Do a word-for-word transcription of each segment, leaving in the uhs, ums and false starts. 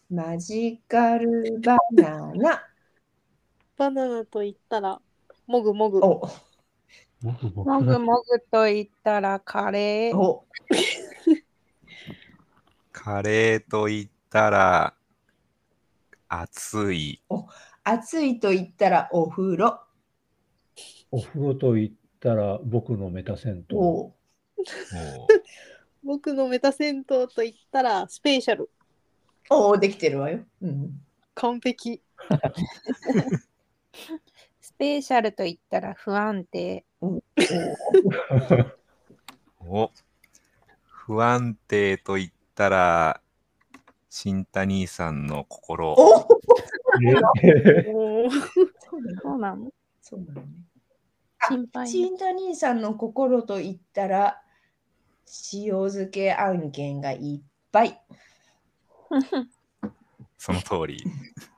マジカルバナナ。 バナナと言ったら、もぐもぐ。 お、 もぐももぐぐ。 もぐと言ったらカレー。 お、 カレーと言ったら、暑い。 暑いと言ったらお風呂。 お風呂と言ったら僕のメタ銭湯。 お、 おう僕のメタ銭湯と言ったら、スペシャル。 お、できてるわよ。うん。 完璧。 スペシャルと言ったら不安定。 お、 お不安定と言ったら、新谷兄さんの心。 お、 おーそうなのそうなの？ そうなのね。 心配ね。 新谷兄さんの心と言ったら、塩漬け案件がいっぱい。 その通り。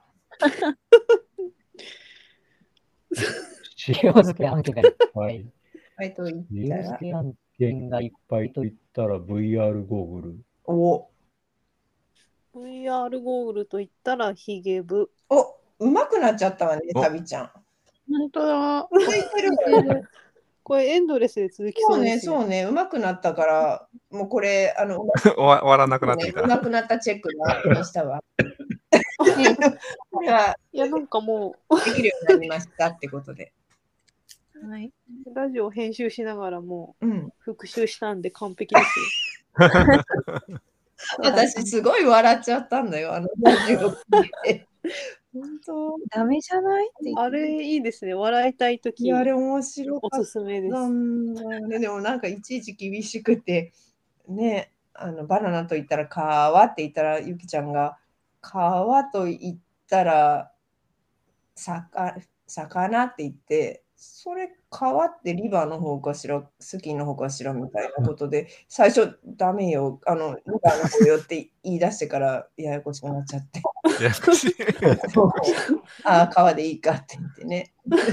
塩漬け案件がいっぱい。 はい、と言塩ったら漬、け案件がいっぱいと言ったら ブイアール ゴーグル。 お、 ブイアール ゴーグルと言ったら、ヒゲブ。 お、うまくなっちゃったわね、 おタビちゃん。 本当だ。 続いてるわよ。 これエンドレスで続きそね、 そううですね。 そうね、うまくなったから、もうこれ、あの、う終わ終わらなくなってきた。 まくなったチェックにしたわ。これはいや、なんかもう、 できるようになりましたってことで。 はい。 ラジオ編集しながらもうん。 う復習したんで完璧ですよ。 私、すごい笑っちゃったんだよ、あのラジオ聞いて。本当ダメじゃないって言ってあれいいですね。笑いたいときいや、あれ面白おかっすすめです。 たんだよね。でもなんかいちいち厳しくて、ね、あのバナナと言ったら川って言ったら、ゆきちゃんが川と言ったら魚魚って言って、それ川ってリバーの方かしら、スキーの方かしらみたいなことで、最初ダメよ、あのリバーの方よって言い出してからややこしくなっちゃって。 ややこしい。 ああ、川でいいかって言ってね。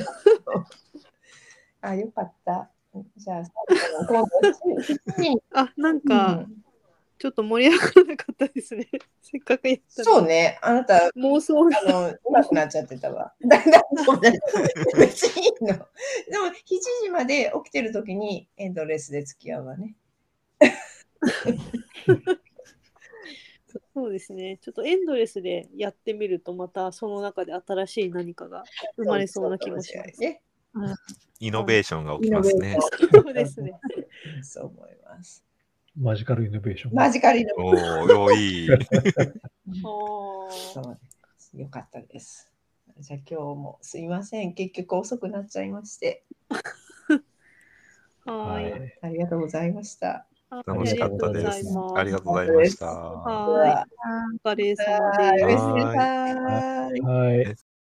あ、よかった。じゃあ、今度しちじにあ、なんうかんちょっと盛り上がらなかったですね。せっかくやったのにそうね、あなた、 妄想があの、うまくなっちゃってたわ。だ大丈夫だよ別にいいの。でも、しちじまで起きてるときにエンドレスで付き合うわね。 そうですね。ちょっとエンドレスでやってみるとまたその中で新しい何かが生まれそうな気もします。 ね。 イノベーションが起きますね。 そうですね。 そう思います。 マジカルイノベーション。 マジカリの。 おーおー、いい。 おーそうです。よかったです。じゃあ今日もすいません。結局遅くなっちゃいまして。 ははーい。 い。 ありがとうございました。 楽しかったです。ありがとうございました。 はい。お疲れ様はい、おやすみです。 なさい。 はい。